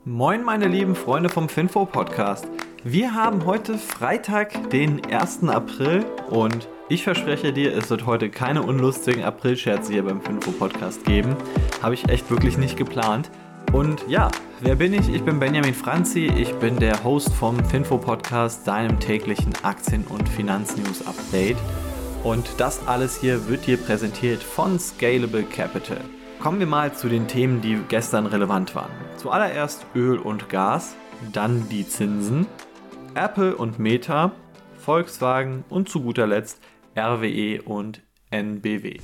Moin meine lieben Freunde vom Finfo-Podcast. Wir haben heute Freitag, den 1. April und ich verspreche dir, es wird heute keine unlustigen Aprilscherze hier beim Finfo-Podcast geben. Habe ich echt wirklich nicht geplant. Und ja, wer bin ich? Ich bin Benjamin Franzi, ich bin der Host vom Finfo-Podcast, deinem täglichen Aktien- und Finanznews-Update. Und das alles hier wird dir präsentiert von Scalable Capital. Kommen wir mal zu den Themen, die gestern relevant waren. Zuallererst Öl und Gas, dann die Zinsen, Apple und Meta, Volkswagen und zu guter Letzt RWE und NBW.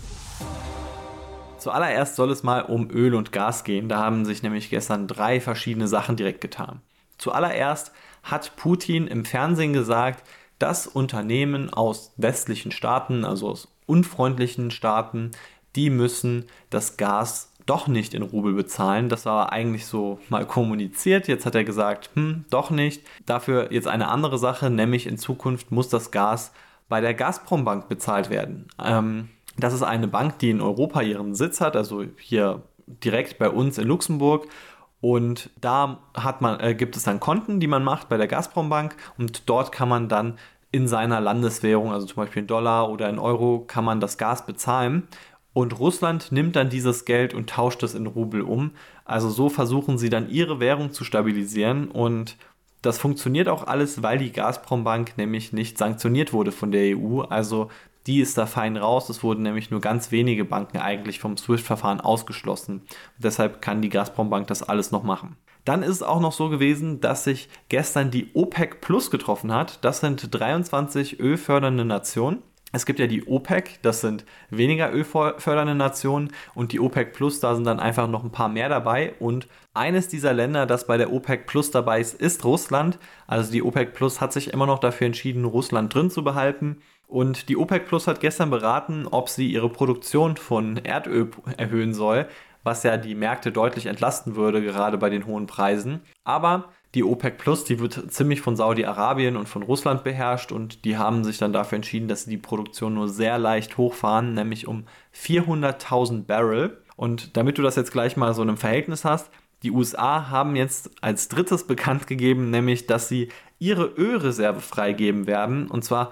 Zuallererst soll es mal um Öl und Gas gehen, da haben sich nämlich gestern 3 verschiedene Sachen direkt getan. Zuallererst hat Putin im Fernsehen gesagt, dass Unternehmen aus westlichen Staaten, also aus unfreundlichen Staaten, die müssen das Gas doch nicht in Rubel bezahlen. Das war eigentlich so mal kommuniziert. Jetzt hat er gesagt, doch nicht. Dafür jetzt eine andere Sache, nämlich in Zukunft muss das Gas bei der Gazprom-Bank bezahlt werden. Das ist eine Bank, die in Europa ihren Sitz hat, also hier direkt bei uns in Luxemburg. Und da gibt es dann Konten, die man macht bei der Gazprom-Bank und dort kann man dann in seiner Landeswährung, also zum Beispiel in Dollar oder in Euro, kann man das Gas bezahlen. Und Russland nimmt dann dieses Geld und tauscht es in Rubel um. Also so versuchen sie dann ihre Währung zu stabilisieren. Und das funktioniert auch alles, weil die Gazprom-Bank nämlich nicht sanktioniert wurde von der EU. Also die ist da fein raus. Es wurden nämlich nur ganz wenige Banken eigentlich vom SWIFT-Verfahren ausgeschlossen. Und deshalb kann die Gazprom-Bank das alles noch machen. Dann ist es auch noch so gewesen, dass sich gestern die OPEC Plus getroffen hat. Das sind 23 ölfördernde Nationen. Es gibt ja die OPEC, das sind weniger ölfördernde Nationen und die OPEC Plus, da sind dann einfach noch ein paar mehr dabei und eines dieser Länder, das bei der OPEC Plus dabei ist, ist Russland. Also die OPEC Plus hat sich immer noch dafür entschieden, Russland drin zu behalten und die OPEC Plus hat gestern beraten, ob sie ihre Produktion von Erdöl erhöhen soll, was ja die Märkte deutlich entlasten würde, gerade bei den hohen Preisen. Aber die OPEC Plus, die wird ziemlich von Saudi-Arabien und von Russland beherrscht und die haben sich dann dafür entschieden, dass sie die Produktion nur sehr leicht hochfahren, nämlich um 400.000 Barrel. Und damit du das jetzt gleich mal so in einem Verhältnis hast, die USA haben jetzt als drittes bekannt gegeben, nämlich, dass sie ihre Ölreserve freigeben werden, und zwar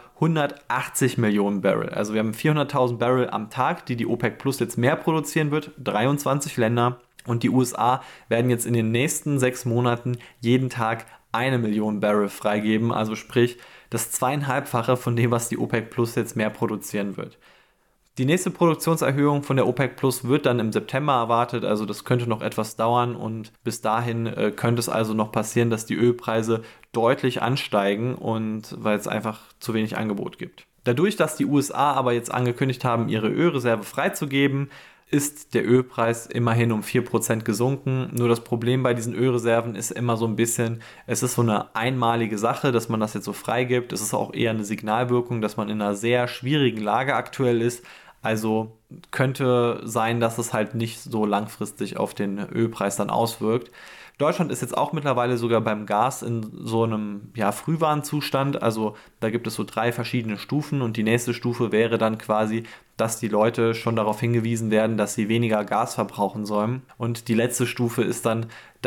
180 Millionen Barrel. Also wir haben 400.000 Barrel am Tag, die OPEC Plus jetzt mehr produzieren wird, 23 Länder. Und die USA werden jetzt in den nächsten 6 Monaten jeden Tag 1 Million Barrel freigeben, also sprich das 2,5-fache von dem, was die OPEC Plus jetzt mehr produzieren wird. Die nächste Produktionserhöhung von der OPEC Plus wird dann im September erwartet, also das könnte noch etwas dauern und bis dahin könnte es also noch passieren, dass die Ölpreise deutlich ansteigen und weil es einfach zu wenig Angebot gibt. Dadurch, dass die USA aber jetzt angekündigt haben, ihre Ölreserve freizugeben, ist der Ölpreis immerhin um 4% gesunken. Nur das Problem bei diesen Ölreserven ist immer so ein bisschen, es ist so eine einmalige Sache, dass man das jetzt so freigibt. Es ist auch eher eine Signalwirkung, dass man in einer sehr schwierigen Lage aktuell ist. Also könnte sein, dass es halt nicht so langfristig auf den Ölpreis dann auswirkt. Deutschland ist jetzt auch mittlerweile sogar beim Gas in so einem Frühwarnzustand. Also da gibt es so 3 verschiedene Stufen und die nächste Stufe wäre dann quasi, dass die Leute schon darauf hingewiesen werden, dass sie weniger Gas verbrauchen sollen. Und die letzte Stufe ist dann,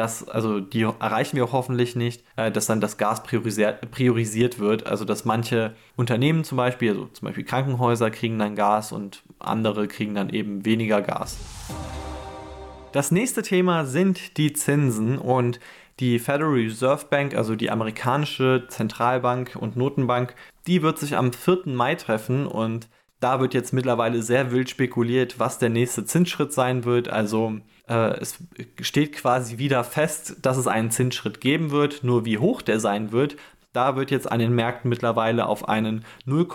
die erreichen wir auch hoffentlich nicht, dass dann das Gas priorisiert wird. Also dass manche Unternehmen zum Beispiel Krankenhäuser kriegen dann Gas und andere kriegen dann eben weniger Gas. Das nächste Thema sind die Zinsen und die Federal Reserve Bank, also die amerikanische Zentralbank und Notenbank, die wird sich am 4. Mai treffen und da wird jetzt mittlerweile sehr wild spekuliert, was der nächste Zinsschritt sein wird. Also es steht quasi wieder fest, dass es einen Zinsschritt geben wird, nur wie hoch der sein wird. Da wird jetzt an den Märkten mittlerweile auf einen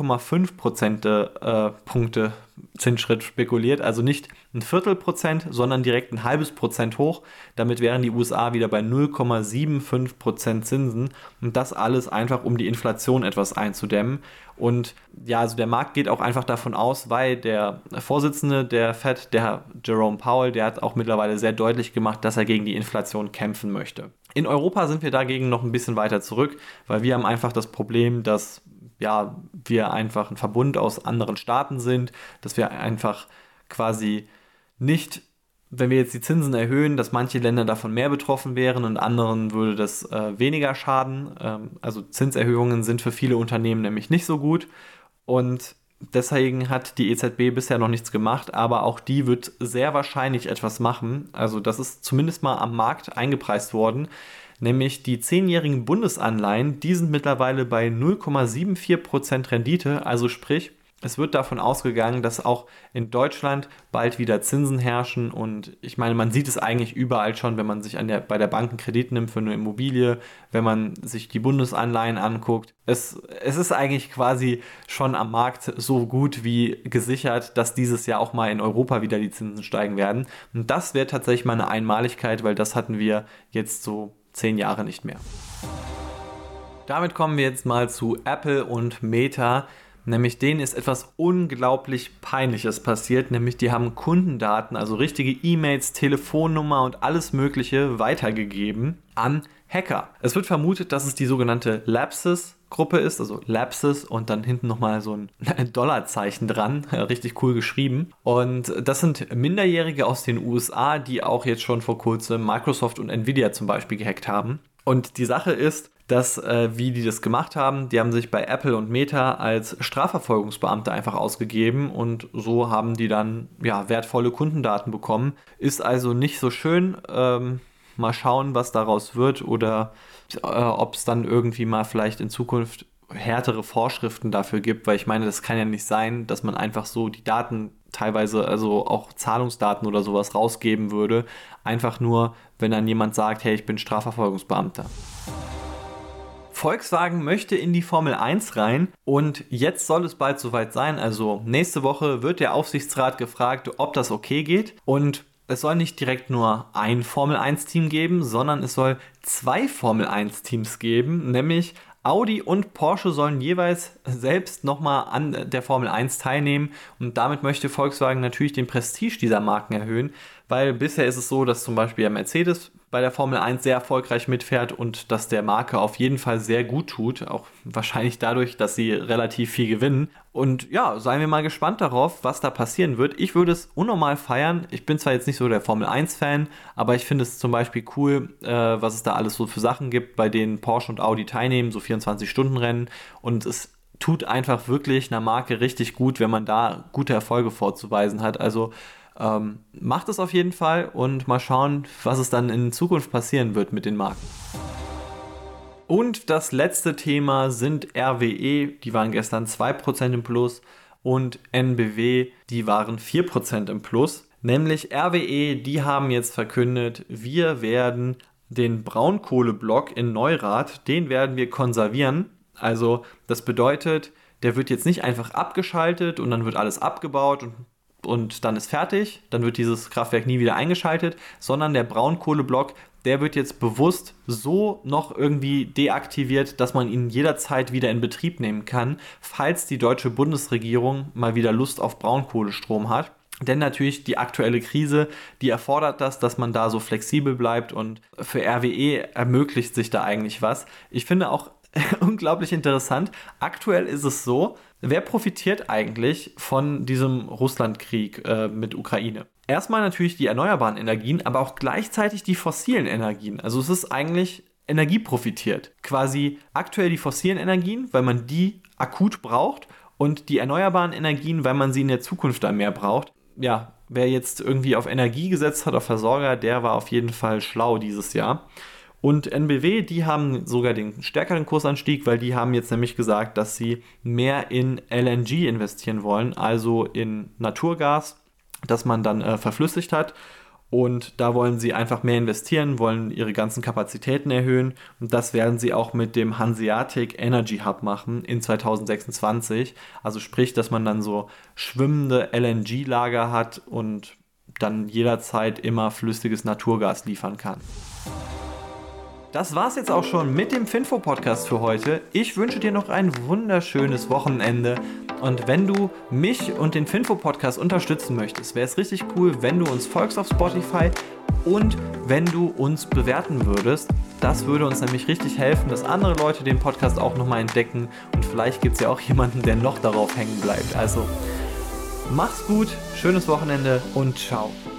0,5 Punkte Zinsschritt spekuliert, also nicht 0,25%, sondern direkt 0,5% hoch. Damit wären die USA wieder bei 0,75% Zinsen und das alles einfach, um die Inflation etwas einzudämmen. Und ja, also der Markt geht auch einfach davon aus, weil der Vorsitzende der Fed, der Herr Jerome Powell, der hat auch mittlerweile sehr deutlich gemacht, dass er gegen die Inflation kämpfen möchte. In Europa sind wir dagegen noch ein bisschen weiter zurück, weil wir haben einfach das Problem, dass wir einfach ein Verbund aus anderen Staaten sind, dass wir einfach quasi nicht wenn wir jetzt die Zinsen erhöhen, dass manche Länder davon mehr betroffen wären und anderen würde das weniger schaden. Also Zinserhöhungen sind für viele Unternehmen nämlich nicht so gut und deswegen hat die EZB bisher noch nichts gemacht, aber auch die wird sehr wahrscheinlich etwas machen. Also das ist zumindest mal am Markt eingepreist worden, nämlich die 10-jährigen Bundesanleihen, die sind mittlerweile bei 0,74% Rendite, also sprich, es wird davon ausgegangen, dass auch in Deutschland bald wieder Zinsen herrschen und ich meine, man sieht es eigentlich überall schon, wenn man sich bei der Bank einen Kredit nimmt für eine Immobilie, wenn man sich die Bundesanleihen anguckt. Es ist eigentlich quasi schon am Markt so gut wie gesichert, dass dieses Jahr auch mal in Europa wieder die Zinsen steigen werden. Und das wäre tatsächlich mal eine Einmaligkeit, weil das hatten wir jetzt so 10 Jahre nicht mehr. Damit kommen wir jetzt mal zu Apple und Meta. Nämlich denen ist etwas unglaublich Peinliches passiert, nämlich die haben Kundendaten, also richtige E-Mails, Telefonnummer und alles Mögliche weitergegeben an Hacker. Es wird vermutet, dass es die sogenannte Lapsus-Gruppe ist, also Lapsus und dann hinten nochmal so ein Dollarzeichen dran, richtig cool geschrieben. Und das sind Minderjährige aus den USA, die auch jetzt schon vor kurzem Microsoft und Nvidia zum Beispiel gehackt haben. Und die Sache ist, dass, wie die das gemacht haben, die haben sich bei Apple und Meta als Strafverfolgungsbeamte einfach ausgegeben und so haben die dann wertvolle Kundendaten bekommen. Ist also nicht so schön. Mal schauen, was daraus wird oder ob es dann irgendwie mal vielleicht in Zukunft härtere Vorschriften dafür gibt, weil ich meine, das kann ja nicht sein, dass man einfach so die Daten teilweise, also auch Zahlungsdaten oder sowas rausgeben würde, einfach nur, wenn dann jemand sagt, hey, ich bin Strafverfolgungsbeamter. Volkswagen möchte in die Formel 1 rein und jetzt soll es bald soweit sein. Also nächste Woche wird der Aufsichtsrat gefragt, ob das okay geht. Und es soll nicht direkt nur ein Formel 1 Team geben, sondern es soll 2 Formel 1 Teams geben, nämlich Audi und Porsche sollen jeweils selbst nochmal an der Formel 1 teilnehmen und damit möchte Volkswagen natürlich den Prestige dieser Marken erhöhen, weil bisher ist es so, dass zum Beispiel der Mercedes bei der Formel 1 sehr erfolgreich mitfährt und dass der Marke auf jeden Fall sehr gut tut, auch wahrscheinlich dadurch, dass sie relativ viel gewinnen. Und ja, seien wir mal gespannt darauf, was da passieren wird. Ich würde es unnormal feiern. Ich bin zwar jetzt nicht so der Formel 1-Fan, aber ich finde es zum Beispiel cool, was es da alles so für Sachen gibt, bei denen Porsche und Audi teilnehmen, so 24-Stunden-Rennen. Und es tut einfach wirklich einer Marke richtig gut, wenn man da gute Erfolge vorzuweisen hat. Also macht es auf jeden Fall und mal schauen, was es dann in Zukunft passieren wird mit den Marken. Und das letzte Thema sind RWE, die waren gestern 2% im Plus und NBW, die waren 4% im Plus. Nämlich RWE, die haben jetzt verkündet, wir werden den Braunkohleblock in Neurath, den werden wir konservieren. Also das bedeutet, der wird jetzt nicht einfach abgeschaltet und dann wird alles abgebaut und dann ist fertig, dann wird dieses Kraftwerk nie wieder eingeschaltet, sondern der Braunkohleblock, der wird jetzt bewusst so noch irgendwie deaktiviert, dass man ihn jederzeit wieder in Betrieb nehmen kann, falls die deutsche Bundesregierung mal wieder Lust auf Braunkohlestrom hat. Denn natürlich die aktuelle Krise, die erfordert das, dass man da so flexibel bleibt und für RWE ermöglicht sich da eigentlich was. Ich finde auch unglaublich interessant, aktuell ist es so, wer profitiert eigentlich von diesem Russlandkrieg mit Ukraine? Erstmal natürlich die erneuerbaren Energien, aber auch gleichzeitig die fossilen Energien. Also es ist eigentlich Energie profitiert. Quasi aktuell die fossilen Energien, weil man die akut braucht und die erneuerbaren Energien, weil man sie in der Zukunft dann mehr braucht. Ja, wer jetzt irgendwie auf Energie gesetzt hat, auf Versorger, der war auf jeden Fall schlau dieses Jahr. Und NBW, die haben sogar den stärkeren Kursanstieg, weil die haben jetzt nämlich gesagt, dass sie mehr in LNG investieren wollen, also in Naturgas, das man dann verflüssigt hat. Und da wollen sie einfach mehr investieren, wollen ihre ganzen Kapazitäten erhöhen. Und das werden sie auch mit dem Hanseatic Energy Hub machen in 2026. Also sprich, dass man dann so schwimmende LNG-Lager hat und dann jederzeit immer flüssiges Naturgas liefern kann. Das war's jetzt auch schon mit dem Finfo-Podcast für heute. Ich wünsche dir noch ein wunderschönes Wochenende. Und wenn du mich und den Finfo-Podcast unterstützen möchtest, wäre es richtig cool, wenn du uns folgst auf Spotify und wenn du uns bewerten würdest. Das würde uns nämlich richtig helfen, dass andere Leute den Podcast auch nochmal entdecken. Und vielleicht gibt es ja auch jemanden, der noch darauf hängen bleibt. Also, mach's gut, schönes Wochenende und ciao.